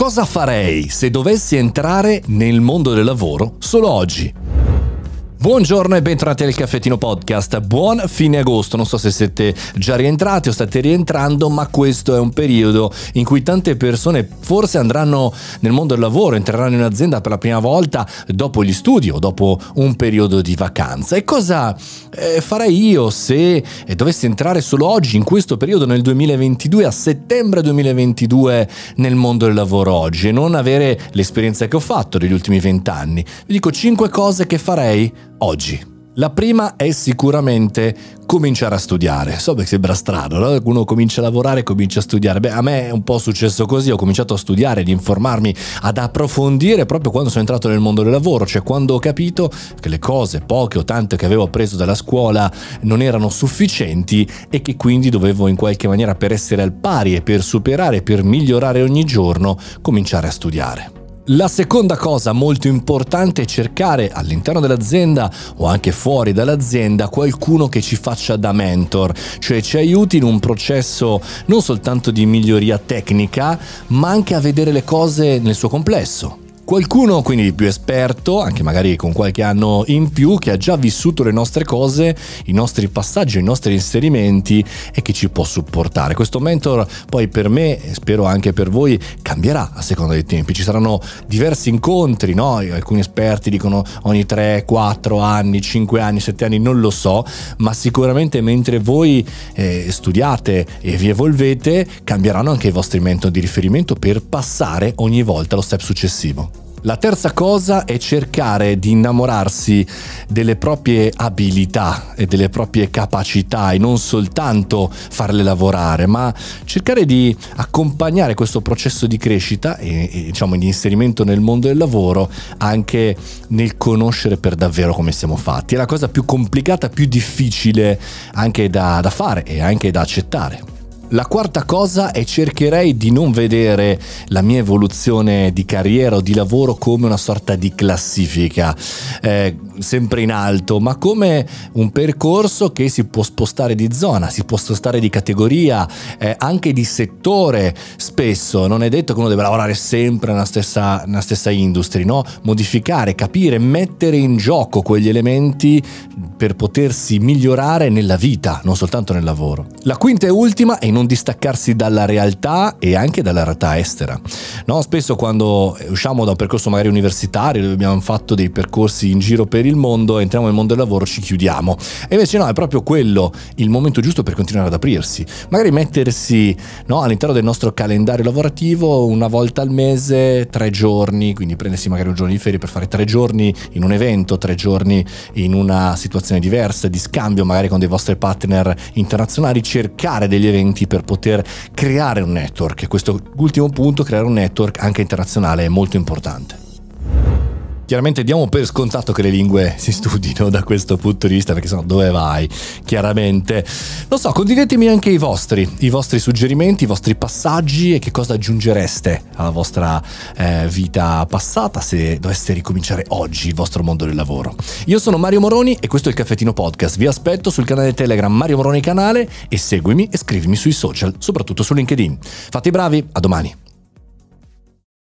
Cosa farei se dovessi entrare nel mondo del lavoro solo oggi? Buongiorno e bentornati al Caffettino Podcast. Buon fine agosto. Non so se siete già rientrati o state rientrando, ma questo è un periodo in cui tante persone forse andranno nel mondo del lavoro, entreranno in un'azienda per la prima volta dopo gli studi o dopo un periodo di vacanza. E cosa farei io se dovessi entrare solo oggi, in questo periodo, nel 2022, a settembre 2022, nel mondo del lavoro oggi, e non avere l'esperienza che ho fatto negli ultimi 20 anni? Vi dico 5 cose che farei oggi. La prima è sicuramente cominciare a studiare. So che sembra strano, no? Uno comincia a lavorare, comincia a studiare. Beh, a me è un po' successo così. Ho cominciato a studiare, ad informarmi, ad approfondire proprio quando sono entrato nel mondo del lavoro, cioè quando ho capito che le cose, poche o tante, che avevo appreso dalla scuola non erano sufficienti e che quindi dovevo in qualche maniera, per essere al pari e per superare, per migliorare ogni giorno, cominciare a studiare. La seconda cosa molto importante è cercare all'interno dell'azienda o anche fuori dall'azienda qualcuno che ci faccia da mentor, cioè ci aiuti in un processo non soltanto di miglioria tecnica, ma anche a vedere le cose nel suo complesso. Qualcuno quindi più esperto, anche magari con qualche anno in più, che ha già vissuto le nostre cose, i nostri passaggi, i nostri inserimenti e che ci può supportare. Questo mentor poi per me, e spero anche per voi, cambierà a seconda dei tempi. Ci saranno diversi incontri, no? Alcuni esperti dicono ogni 3, 4 anni, 5 anni, 7 anni, non lo so, ma sicuramente mentre voi studiate e vi evolvete, cambieranno anche i vostri mentor di riferimento per passare ogni volta allo step successivo. La terza cosa è cercare di innamorarsi delle proprie abilità e delle proprie capacità e non soltanto farle lavorare, ma cercare di accompagnare questo processo di crescita e diciamo di inserimento nel mondo del lavoro anche nel conoscere per davvero come siamo fatti. È la cosa più complicata, più difficile anche da fare e anche da accettare. La quarta cosa è cercherei di non vedere la mia evoluzione di carriera o di lavoro come una sorta di classifica, sempre in alto, ma come un percorso che si può spostare di zona, si può spostare di categoria, anche di settore. Spesso non è detto che uno deve lavorare sempre nella stessa industria, no? Modificare, capire, mettere in gioco quegli elementi per potersi migliorare nella vita, non soltanto nel lavoro. La quinta e ultima è non distaccarsi dalla realtà e anche dalla realtà estera. No? Spesso quando usciamo da un percorso magari universitario, dove abbiamo fatto dei percorsi in giro per il mondo, entriamo nel mondo del lavoro, ci chiudiamo. E invece no, è proprio quello il momento giusto per continuare ad aprirsi. Magari mettersi, no, all'interno del nostro calendario lavorativo una volta al mese, 3 giorni, quindi prendersi magari un giorno di ferie per fare 3 giorni in un evento, 3 giorni in una situazione diversa, di scambio magari con dei vostri partner internazionali, cercare degli eventi per poter creare un network. Questo ultimo punto, creare un network anche internazionale, è molto importante. Chiaramente diamo per scontato che le lingue si studino da questo punto di vista, perché sennò dove vai? Chiaramente. Non so, condividetemi anche i vostri suggerimenti, i vostri passaggi e che cosa aggiungereste alla vostra vita passata se doveste ricominciare oggi il vostro mondo del lavoro. Io sono Mario Moroni e questo è il Caffettino Podcast. Vi aspetto sul canale Telegram Mario Moroni Canale e seguimi e scrivimi sui social, soprattutto su LinkedIn. Fate i bravi, a domani.